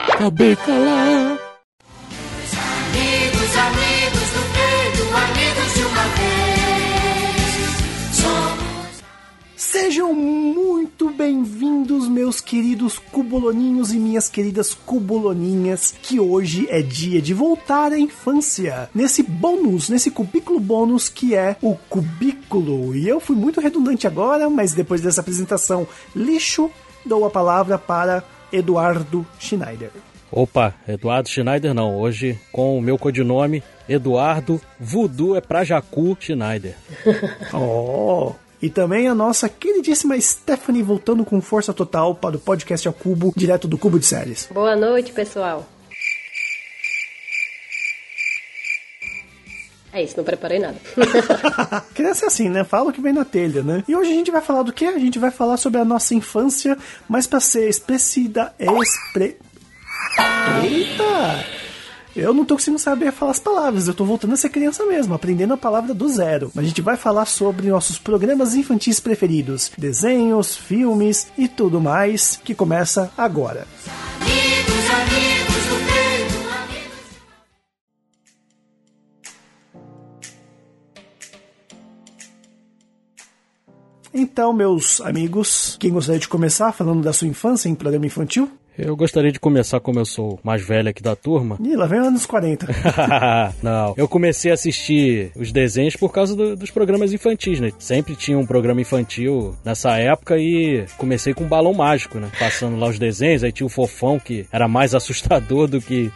Acabei calar. Amigos do peito, amigos de uma vez. Somos... Sejam muito bem-vindos, meus queridos cuboloninhos e minhas queridas cuboloninhas, que hoje é dia de voltar à infância, nesse cubículo bônus que é o Cubículo. E eu fui muito redundante agora, mas depois dessa apresentação lixo, dou a palavra para Eduardo Schneider. Opa, Eduardo Schneider não, hoje com o meu codinome Eduardo Voodoo é pra Jacu Schneider. Oh, e também a nossa queridíssima Stephanie voltando com força total para o podcast ao Cubo, direto do Cubo de Séries. Boa noite, pessoal. É isso, não preparei nada. Criança é assim, né? Fala o que vem na telha, né? E hoje a gente vai falar do quê? A gente vai falar sobre a nossa infância, mas pra ser Eita! Eu não tô conseguindo saber falar as palavras, eu tô voltando a ser criança mesmo, aprendendo a palavra do zero. Mas a gente vai falar sobre nossos programas infantis preferidos, desenhos, filmes e tudo mais, que começa agora. Amigos do peito, amigos... Então, meus amigos, quem gostaria de começar falando da sua infância em programa infantil? Eu gostaria de começar como eu sou mais velho aqui da turma. Ih, lá vem anos 40. Não, eu comecei a assistir os desenhos por causa dos programas infantis, né? Sempre tinha um programa infantil nessa época e comecei com Balão Mágico, né? Passando lá os desenhos, aí tinha o Fofão, que era mais assustador do que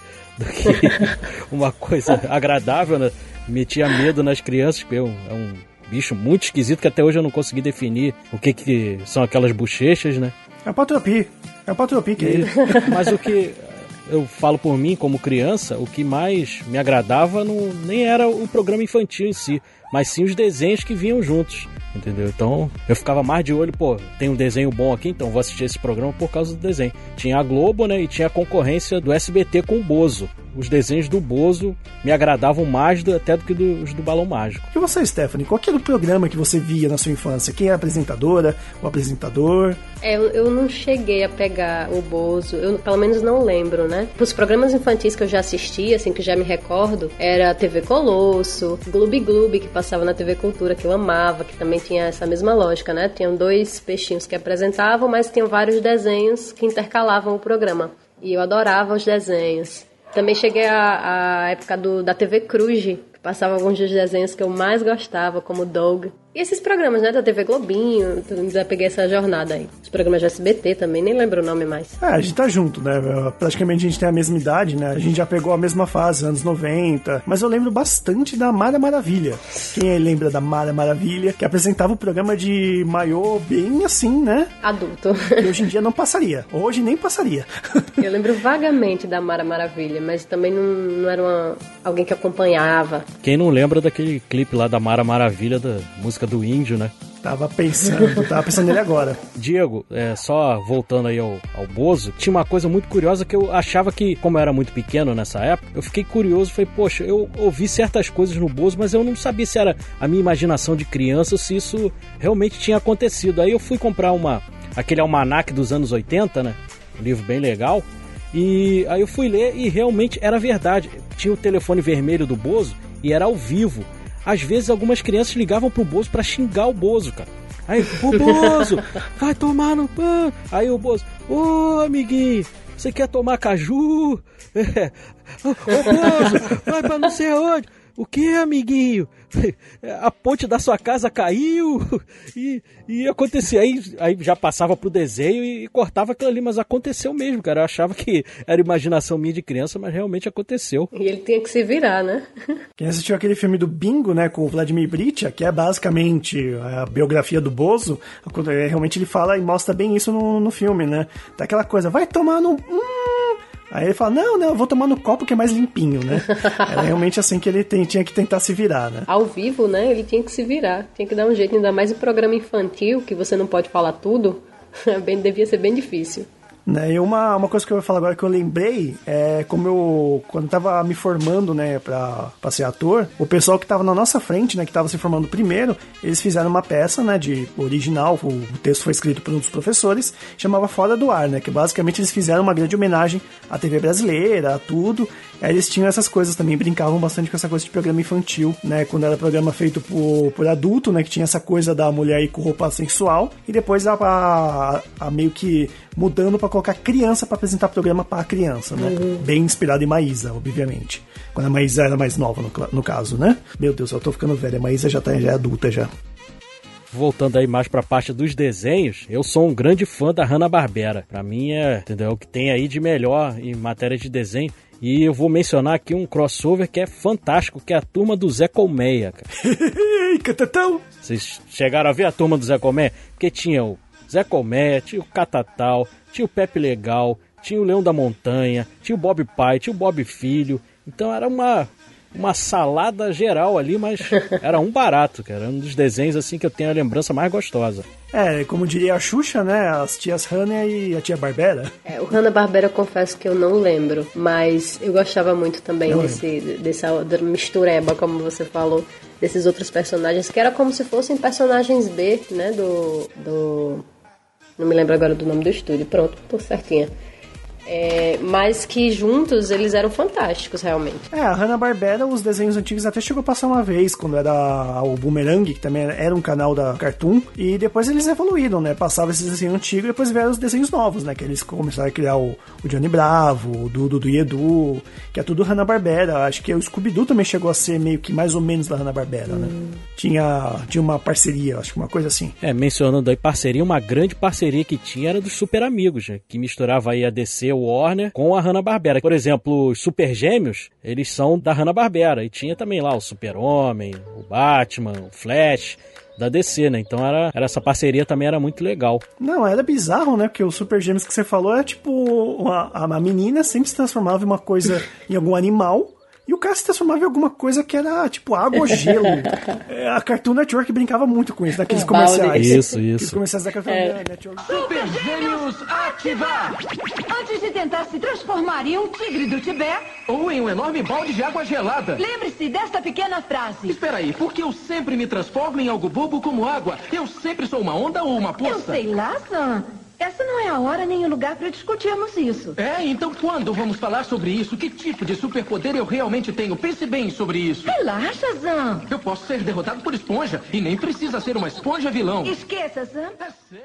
uma coisa agradável, né? Metia medo nas crianças, porque é um bicho muito esquisito que até hoje eu não consegui definir o que são aquelas bochechas, né? É o Patropi que é ele. Mas o que eu falo por mim, como criança, o que mais me agradava nem era o programa infantil em si, mas sim os desenhos que vinham juntos, entendeu? Então eu ficava mais de olho, tem um desenho bom aqui, então vou assistir esse programa por causa do desenho. Tinha a Globo, né, e tinha a concorrência do SBT com o Bozo. Os desenhos do Bozo me agradavam mais até do que os do Balão Mágico. E você, Stephanie, qual que era o programa que você via na sua infância? Quem é a apresentadora, o apresentador? Eu não cheguei a pegar o Bozo, eu pelo menos não lembro, né? Os programas infantis que eu já assisti, assim, que já me recordo, era a TV Colosso, Gloob Gloob, que passava na TV Cultura, que eu amava, que também tinha essa mesma lógica, né? Tinham 2 peixinhos que apresentavam, mas tinham vários desenhos que intercalavam o programa. E eu adorava os desenhos. Também cheguei à época da TV Cruz, que passava alguns dos desenhos que eu mais gostava, como Doug. E esses programas, né, da TV Globinho, já peguei essa jornada aí. Os programas de SBT também, nem lembro o nome mais. A gente tá junto, né? Praticamente a gente tem a mesma idade, né? A gente já pegou a mesma fase, anos 90. Mas eu lembro bastante da Mara Maravilha. Quem aí lembra da Mara Maravilha? Que apresentava o programa de maiô bem assim, né? Adulto. E hoje em dia não passaria. Hoje nem passaria. Eu lembro vagamente da Mara Maravilha, mas também não era alguém que acompanhava. Quem não lembra daquele clipe lá da Mara Maravilha, da música do Índio, né? Tava pensando nele agora. Diego, só voltando aí ao Bozo, tinha uma coisa muito curiosa que eu achava que, como eu era muito pequeno nessa época, eu fiquei curioso, falei, poxa, eu ouvi certas coisas no Bozo, mas eu não sabia se era a minha imaginação de criança ou se isso realmente tinha acontecido. Aí eu fui comprar aquele almanaque dos anos 80, né? Um livro bem legal. E aí eu fui ler e realmente era verdade. Tinha o telefone vermelho do Bozo e era ao vivo. Às vezes algumas crianças ligavam pro Bozo pra xingar o Bozo, cara. Aí, ô Bozo, vai tomar no pão. Aí o Bozo, ô amiguinho, você quer tomar caju? Ô Bozo, vai pra não sei aonde. O que, amiguinho? A ponte da sua casa caiu e acontecia. Aí já passava pro desenho e cortava aquilo ali, mas aconteceu mesmo, cara. Eu achava que era imaginação minha de criança, mas realmente aconteceu. E ele tinha que se virar, né? Quem assistiu aquele filme do Bingo, né, com o Vladimir Britia, que é basicamente a biografia do Bozo, realmente ele fala e mostra bem isso no filme, né? Daquela coisa, vai tomar no... Aí ele fala, não, eu vou tomar no copo que é mais limpinho, né? Era realmente assim que ele tinha que tentar se virar, né? Ao vivo, né? Ele tinha que se virar. Tinha que dar um jeito, ainda mais em programa infantil, que você não pode falar tudo. Devia ser bem difícil. Né? E uma coisa que eu vou falar agora que eu lembrei é como quando eu tava me formando, né, pra ser ator, o pessoal que tava na nossa frente, né, que tava se formando primeiro, eles fizeram uma peça, né, de original, o texto foi escrito por um dos professores, chamava Fora do Ar, né, que basicamente eles fizeram uma grande homenagem à TV brasileira, a tudo. Aí eles tinham essas coisas também, brincavam bastante com essa coisa de programa infantil, né, quando era programa feito por adulto, né, que tinha essa coisa da mulher ir com roupa sensual, e depois a meio que mudando pra colocar criança pra apresentar programa pra criança, né, bem inspirado em Maísa, obviamente, quando a Maísa era mais nova, no caso, né. Meu Deus, eu tô ficando velha, a Maísa já é adulta já. Voltando aí mais pra parte dos desenhos, eu sou um grande fã da Hanna-Barbera. Pra mim entendeu, o que tem aí de melhor em matéria de desenho. E eu vou mencionar aqui um crossover que é fantástico, que é a Turma do Zé Colmeia, cara. Catatão! Vocês chegaram a ver a Turma do Zé Colmeia? Porque tinha o Zé Colmeia, tinha o Catatal, tinha o Pepe Legal, tinha o Leão da Montanha, tinha o Bob Pai, tinha o Bob Filho. Então era uma salada geral ali, mas era um barato, cara. Um dos desenhos assim que eu tenho a lembrança mais gostosa. Como diria a Xuxa, né? As tias Hanna e a tia Barbera. O Hanna-Barbera eu confesso que eu não lembro, mas eu gostava muito também dessa mistureba, como você falou, desses outros personagens, que era como se fossem personagens B, né? Não me lembro agora do nome do estúdio. Pronto, tô certinha. Mas que juntos eles eram fantásticos, realmente. A Hanna-Barbera, os desenhos antigos até chegou a passar uma vez, quando era o Boomerang, que também era um canal da Cartoon, e depois eles evoluíram, né? Passava esses desenhos antigos e depois vieram os desenhos novos, né? Que eles começaram a criar o Johnny Bravo, o Dudu e Edu, que é tudo Hanna-Barbera. Acho que o Scooby-Doo também chegou a ser meio que mais ou menos da Hanna-Barbera, né? Tinha uma parceria, acho que uma coisa assim. Mencionando aí parceria, uma grande parceria que tinha era dos Super Amigos, né? Que misturava aí a DC, o Warner, com a Hanna-Barbera. Por exemplo, os Super Gêmeos, eles são da Hanna-Barbera. E tinha também lá o Super-Homem, o Batman, o Flash, da DC, né? Então essa parceria também era muito legal. Não, era bizarro, né? Porque o Super Gêmeos que você falou é tipo... A menina sempre se transformava em uma coisa, em algum animal... E o cara se transformava em alguma coisa que era tipo água ou gelo. A Cartoon Network brincava muito com isso, naqueles comerciais. Isso. Aqueles comerciais da Cartoon Network. Super Gêmeos, ativar! Antes de tentar se transformar em um tigre do Tibete, Ou em um enorme balde de água gelada. lembre-se desta pequena frase. Espera aí, por que eu sempre me transformo em algo bobo como água? Eu sempre sou uma onda ou uma Eu poça? sei lá, Sam. Essa não é a hora nem o lugar para discutirmos isso. Então quando vamos falar sobre isso? Que tipo de superpoder eu realmente tenho? Pense bem sobre isso. Relaxa, Sam. Eu posso ser derrotado por esponja e nem precisa ser uma esponja vilão. Esqueça, Sam. É sério?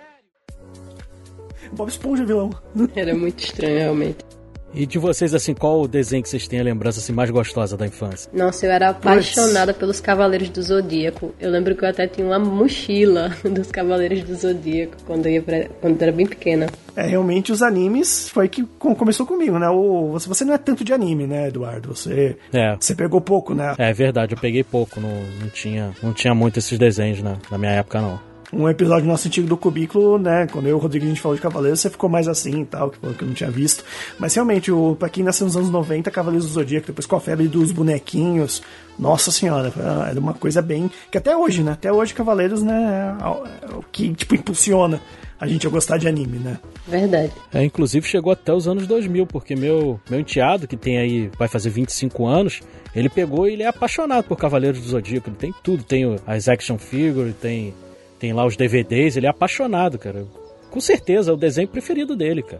Bob Esponja, vilão. Era muito estranho, realmente. E de vocês, assim, qual o desenho que vocês têm a lembrança assim, mais gostosa da infância? Nossa, eu era apaixonada pelos Cavaleiros do Zodíaco. Eu lembro que eu até tinha uma mochila dos Cavaleiros do Zodíaco quando eu era bem pequena. Realmente os animes foi que começou comigo, né? Você não é tanto de anime, né, Eduardo? Você pegou pouco, né? É verdade, eu peguei pouco. Não tinha muito esses desenhos na minha época, não. Um episódio nosso antigo do Cubículo, né? Quando eu e o Rodrigo a gente falou de Cavaleiros, você ficou mais assim e tal, que eu não tinha visto. Mas realmente, pra quem nasceu nos anos 90, Cavaleiros do Zodíaco, depois com a febre dos bonequinhos, nossa senhora, era uma coisa bem... Que até hoje, né? Até hoje Cavaleiros, né? É o que, tipo, impulsiona a gente a gostar de anime, né? Verdade. Inclusive chegou até os anos 2000, porque meu enteado, que tem aí, vai fazer 25 anos, ele pegou e ele é apaixonado por Cavaleiros do Zodíaco. Ele tem tudo, tem as action figures, tem lá os DVDs, ele é apaixonado, cara. Com certeza, é o desenho preferido dele, cara.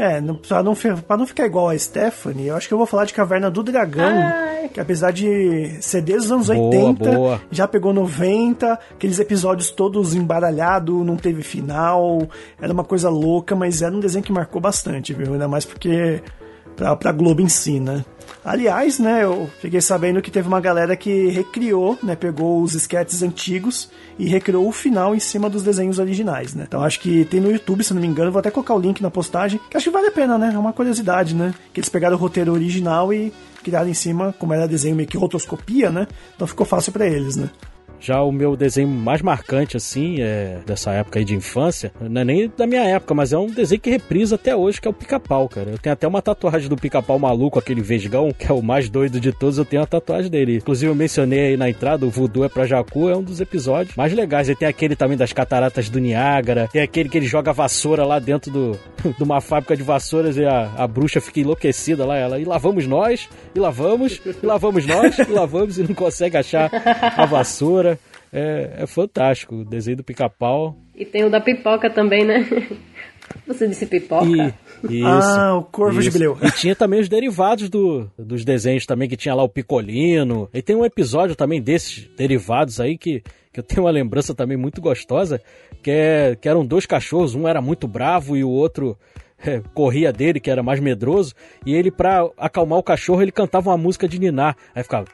Pra não ficar igual a Stephanie, eu acho que eu vou falar de Caverna do Dragão, que apesar de ser desde os anos 80, já pegou 90, aqueles episódios todos embaralhados, não teve final, era uma coisa louca, mas era um desenho que marcou bastante, viu? Ainda mais porque pra Globo em si, né? Aliás, né, eu fiquei sabendo que teve uma galera que recriou, né, pegou os sketches antigos e recriou o final em cima dos desenhos originais, né? Então acho que tem no YouTube, se não me engano, vou até colocar o link na postagem, que acho que vale a pena, né? É uma curiosidade, né? Que eles pegaram o roteiro original e criaram em cima, como era desenho meio que rotoscopia, né? Então ficou fácil pra eles, né? Já o meu desenho mais marcante, assim, dessa época aí de infância, não é nem da minha época, mas é um desenho que reprisa até hoje, que é o Pica-Pau, cara. Eu tenho até uma tatuagem do Pica-Pau maluco, aquele vesgão, que é o mais doido de todos, eu tenho uma tatuagem dele. Inclusive eu mencionei aí na entrada, o Voodoo é pra Jacu, é um dos episódios mais legais. E tem aquele também das cataratas do Niágara, tem aquele que ele joga a vassoura lá dentro de uma fábrica de vassouras e a bruxa fica enlouquecida lá, ela, e lá vamos nós, e lá vamos nós, e lá vamos, e não consegue achar a vassoura. É fantástico o desenho do Pica-Pau. E tem o da pipoca também, né? Você disse pipoca? Isso, o Corvo de Bileu. E tinha também os derivados dos desenhos também, que tinha lá o Picolino. E tem um episódio também desses derivados aí que eu tenho uma lembrança também muito gostosa, que eram dois cachorros, um era muito bravo e o outro corria dele, que era mais medroso, e ele, pra acalmar o cachorro, ele cantava uma música de ninar. Aí ficava...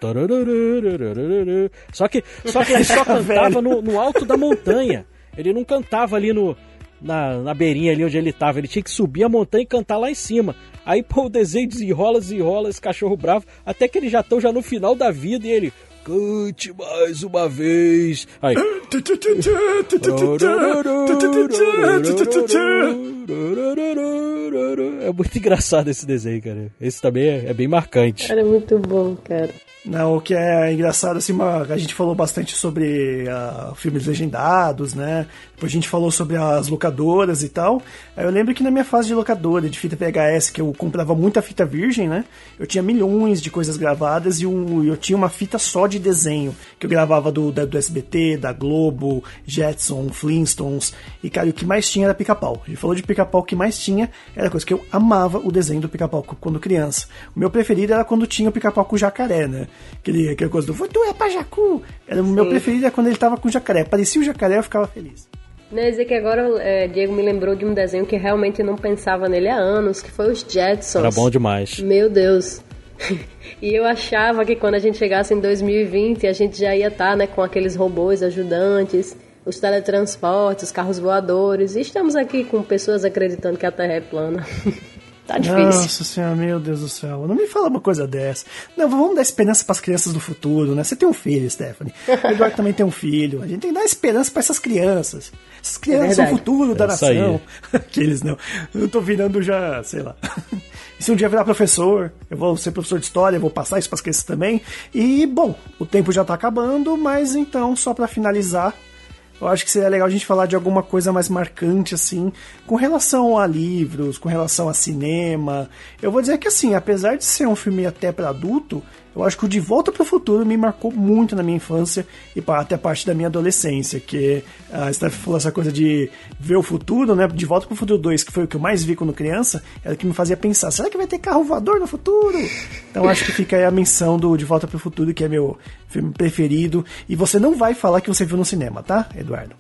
Só que ele só cantava no alto da montanha. Ele não cantava ali na beirinha ali onde ele tava. Ele tinha que subir a montanha e cantar lá em cima. Aí, pô, o desenho desenrola, esse cachorro bravo, até que eles já estão no final da vida e ele... Cante mais uma vez. Aí. É muito engraçado esse desenho, cara. Esse também é bem marcante. Cara, é muito bom, cara. Não, o que é engraçado, assim, a gente falou bastante sobre filmes legendados, né? Depois a gente falou sobre as locadoras e tal. Eu lembro que na minha fase de locadora, de fita VHS, que eu comprava muita fita virgem, né? Eu tinha milhões de coisas gravadas e eu tinha uma fita só de desenho, que eu gravava do SBT, da Globo, Jetson, Flintstones. E, cara, o que mais tinha era Pica-Pau. A gente falou de Pica-Pau, o que mais tinha era coisa que eu amava o desenho do Pica-Pau quando criança. O meu preferido era quando tinha o Pica-Pau com o jacaré, né? Aquela coisa do Voodoo é pra Jacu. O meu preferido é quando ele tava com o jacaré. Parecia o jacaré, eu ficava feliz. Não, dizer que agora Diego me lembrou de um desenho que realmente não pensava nele há anos, que foi os Jetsons. Era bom demais. Meu Deus. E eu achava que quando a gente chegasse em 2020, a gente já ia estar, né, com aqueles robôs ajudantes, os teletransportes, os carros voadores. E estamos aqui com pessoas acreditando que a Terra é plana. Tá difícil. Nossa senhora, meu Deus do céu. Não me fala uma coisa dessa. Não, vamos dar esperança pras crianças do futuro, né? Você tem um filho, Stephanie. O Eduardo também tem um filho. A gente tem que dar esperança pra essas crianças. Essas crianças são o futuro da nação. Aqueles não. Eu tô virando já, sei lá. E se um dia virar professor, eu vou ser professor de história, eu vou passar isso pras crianças também. E, bom, o tempo já tá acabando, mas então, só pra finalizar, eu acho que seria legal a gente falar de alguma coisa mais marcante, assim, com relação a livros, com relação a cinema. Eu vou dizer que, assim, apesar de ser um filme até para adulto, eu acho que o De Volta para o Futuro me marcou muito na minha infância e até parte da minha adolescência, que a Steph falou essa coisa de ver o futuro, né? De Volta para o Futuro 2, que foi o que eu mais vi quando criança, era o que me fazia pensar, será que vai ter carro voador no futuro? Então acho que fica aí a menção do De Volta para o Futuro, que é meu filme preferido, e você não vai falar que você viu no cinema, tá, Eduardo?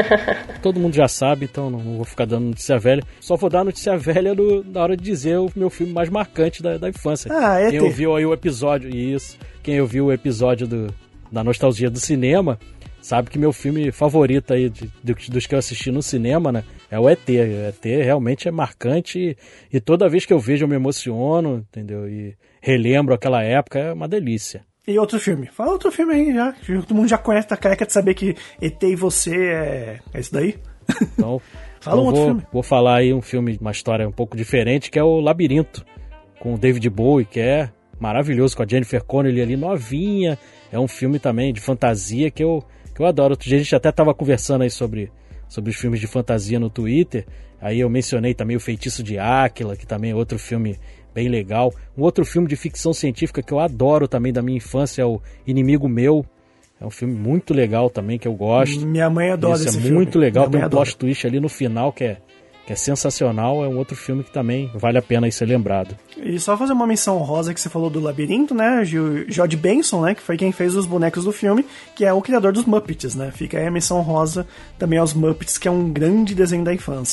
Todo mundo já sabe, então não vou ficar dando notícia velha. Só vou dar notícia velha na hora de dizer o meu filme mais marcante da infância. Quem ouviu aí o episódio, quem ouviu o episódio da nostalgia do cinema, sabe que meu filme favorito aí dos que eu assisti no cinema, né, é o ET. O ET realmente é marcante e toda vez que eu vejo eu me emociono, entendeu? E relembro aquela época, é uma delícia. E outro filme? Fala outro filme aí já. Todo mundo já conhece, tá careca de saber que ET e você é isso daí? Então, fala um outro filme. Vou falar aí um filme, uma história um pouco diferente, que é o Labirinto, com o David Bowie, que é maravilhoso, com a Jennifer Connelly ali novinha. É um filme também de fantasia que eu adoro. Outro dia a gente até tava conversando aí sobre os filmes de fantasia no Twitter. Aí eu mencionei também o Feitiço de Áquila, que também é outro filme bem legal. Um outro filme de ficção científica que eu adoro também da minha infância é o Inimigo Meu. É um filme muito legal também, que eu gosto. Minha mãe adora esse filme. É muito legal, tem um plot twist ali no final que é sensacional. É um outro filme que também vale a pena aí ser lembrado. E só fazer uma menção honrosa que você falou do Labirinto, né? George Benson, né? Que foi quem fez os bonecos do filme, que é o criador dos Muppets, né? Fica aí a menção honrosa também aos Muppets, que é um grande desenho da infância.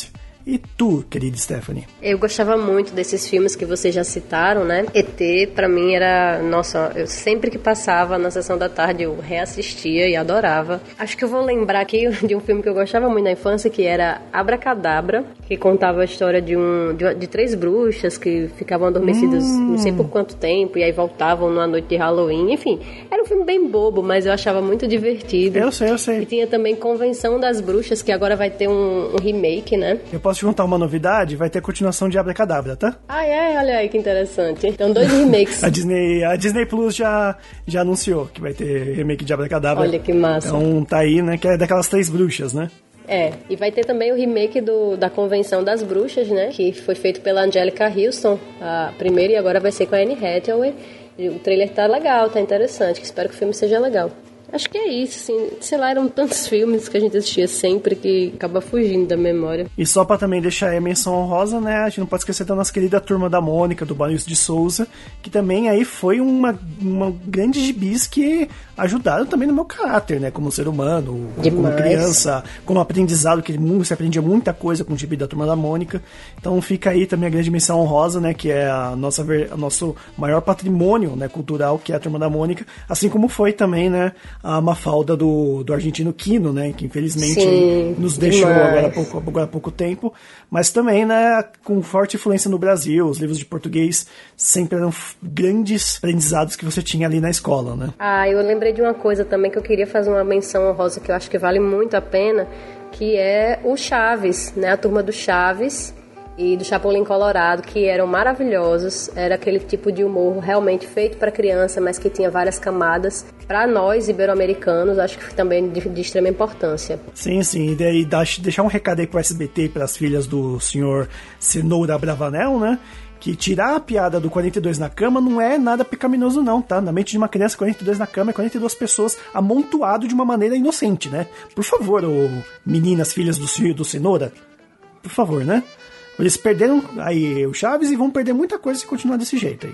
E tu, querida Stephanie? Eu gostava muito desses filmes que vocês já citaram, né? ET, pra mim, era... Nossa, eu sempre que passava na sessão da tarde, eu reassistia e adorava. Acho que eu vou lembrar aqui de um filme que eu gostava muito na infância, que era Abracadabra, que contava a história de 3 bruxas que ficavam adormecidas não sei por quanto tempo, e aí voltavam numa noite de Halloween. Enfim, era um filme bem bobo, mas eu achava muito divertido. Eu sei. E tinha também Convenção das Bruxas, que agora vai ter um remake, né? Eu posso te contar uma novidade? Vai ter continuação de Abracadabra, tá? Ah, é? Olha aí que interessante. Então, 2 remakes. A Disney Plus já anunciou que vai ter remake de Abracadabra. Olha que massa. Então tá aí, né? Que é daquelas 3 bruxas, né? É, e vai ter também o remake da Convenção das Bruxas, né? Que foi feito pela Angélica Houston, a primeira, e agora vai ser com a Anne Hathaway. E o trailer tá legal, tá interessante. Espero que o filme seja legal. Acho que é isso, assim, sei lá, eram tantos filmes que a gente assistia sempre que acaba fugindo da memória. E só pra também deixar aí a menção honrosa, né, a gente não pode esquecer da nossa querida Turma da Mônica, do Maurício de Souza, que também aí foi uma grande gibis que ajudaram também no meu caráter, né, como ser humano, como criança, como aprendizado, que você aprendia muita coisa com o gibi da Turma da Mônica. Então fica aí também a grande menção honrosa, né, que é o nosso maior patrimônio, né, cultural, que é a Turma da Mônica, assim como foi também, né, a Mafalda do argentino Quino, né, que infelizmente nos deixou agora há pouco tempo, mas também, né, com forte influência no Brasil. Os livros de português sempre eram grandes aprendizados que você tinha ali na escola, né. Ah, eu lembrei de uma coisa também que eu queria fazer uma menção honrosa que eu acho que vale muito a pena, que é o Chaves, né, a turma do Chaves e do Chapolin Colorado, que eram maravilhosos. Era aquele tipo de humor realmente feito para criança, mas que tinha várias camadas. Para nós, ibero-americanos, acho que também de extrema importância. Sim, e daí deixar um recado aí pro SBT e pras filhas do senhor Cenoura Bravanel, né? Que tirar a piada do 42 na cama não é nada pecaminoso não, tá? Na mente de uma criança, 42 na cama é 42 pessoas amontoado de uma maneira inocente, né? Por favor, meninas, filhas do Cenoura, por favor, né? Eles perderam aí o Chaves e vão perder muita coisa se continuar desse jeito aí.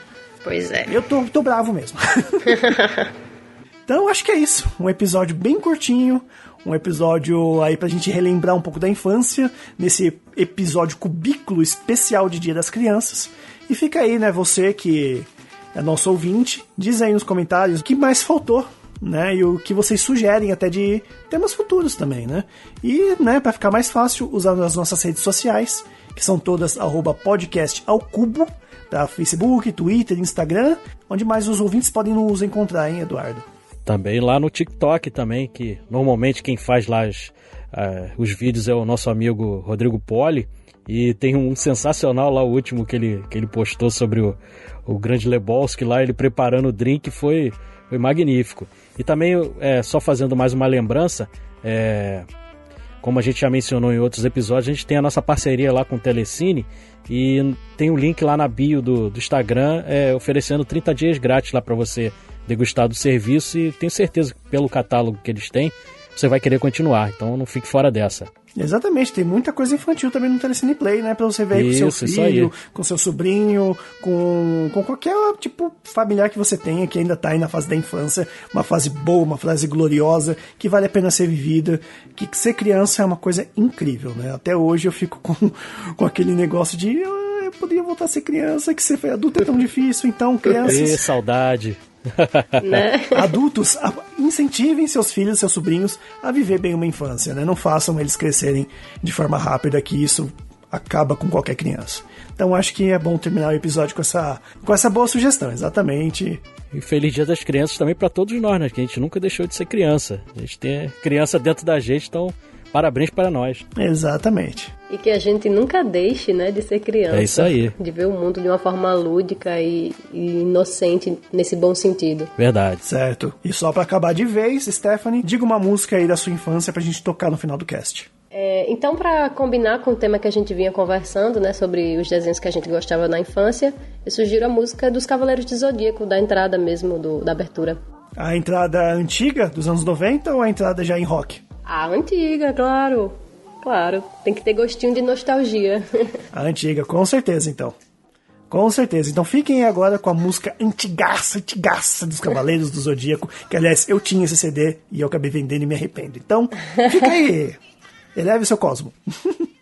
Pois é. Eu tô bravo mesmo. Então, acho que é isso. Um episódio bem curtinho. Um episódio aí pra gente relembrar um pouco da infância. Nesse episódio cubículo especial de Dia das Crianças. E fica aí, né? Você que é nosso ouvinte. Diz aí nos comentários o que mais faltou, né, e o que vocês sugerem até de temas futuros também, né? E, né, para ficar mais fácil, usando as nossas redes sociais, que são todas @podcastaocubo, tá? Facebook, Twitter, Instagram, onde mais os ouvintes podem nos encontrar, hein, Eduardo? Também lá no TikTok também, que normalmente quem faz lá os vídeos é o nosso amigo Rodrigo Poli, e tem um sensacional lá, o último que ele postou sobre o grande Lebowski lá, ele preparando o drink, foi magnífico. E também, só fazendo mais uma lembrança, como a gente já mencionou em outros episódios, a gente tem a nossa parceria lá com o Telecine, e tem um link lá na bio do Instagram, oferecendo 30 dias grátis lá para você degustar do serviço, e tenho certeza que pelo catálogo que eles têm, você vai querer continuar, então não fique fora dessa. Exatamente, tem muita coisa infantil também no Telecine Play, né? Pra você ver aí com seu filho, com seu sobrinho, com qualquer tipo familiar que você tenha, que ainda tá aí na fase da infância, uma fase boa, uma fase gloriosa, que vale a pena ser vivida, que ser criança é uma coisa incrível, né? Até hoje eu fico com aquele negócio de eu poderia voltar a ser criança, que ser adulto é tão difícil, então crianças... Saudade! Né? Adultos, incentivem seus filhos, seus sobrinhos a viver bem uma infância, né? Não façam eles crescerem de forma rápida, que isso acaba com qualquer criança. Então acho que é bom terminar o episódio com essa boa sugestão, exatamente. E feliz Dia das Crianças também para todos nós, né? Que a gente nunca deixou de ser criança. A gente tem criança dentro da gente, então parabéns para nós. Exatamente. E que a gente nunca deixe, né, de ser criança. É isso aí. De ver o mundo de uma forma lúdica e inocente nesse bom sentido. Verdade. Certo. E só pra acabar de vez, Stephanie, diga uma música aí da sua infância pra gente tocar no final do cast. Então, pra combinar com o tema que a gente vinha conversando, né, sobre os desenhos que a gente gostava na infância, eu sugiro a música dos Cavaleiros de Zodíaco, da entrada mesmo, da abertura. A entrada antiga, dos anos 90, ou a entrada já em rock? A antiga, claro. Claro, tem que ter gostinho de nostalgia. A antiga, com certeza, então. Com certeza. Então fiquem agora com a música antigaça dos Cavaleiros do Zodíaco, que, aliás, eu tinha esse CD e eu acabei vendendo e me arrependo. Então, fica aí. Eleve o seu cosmo.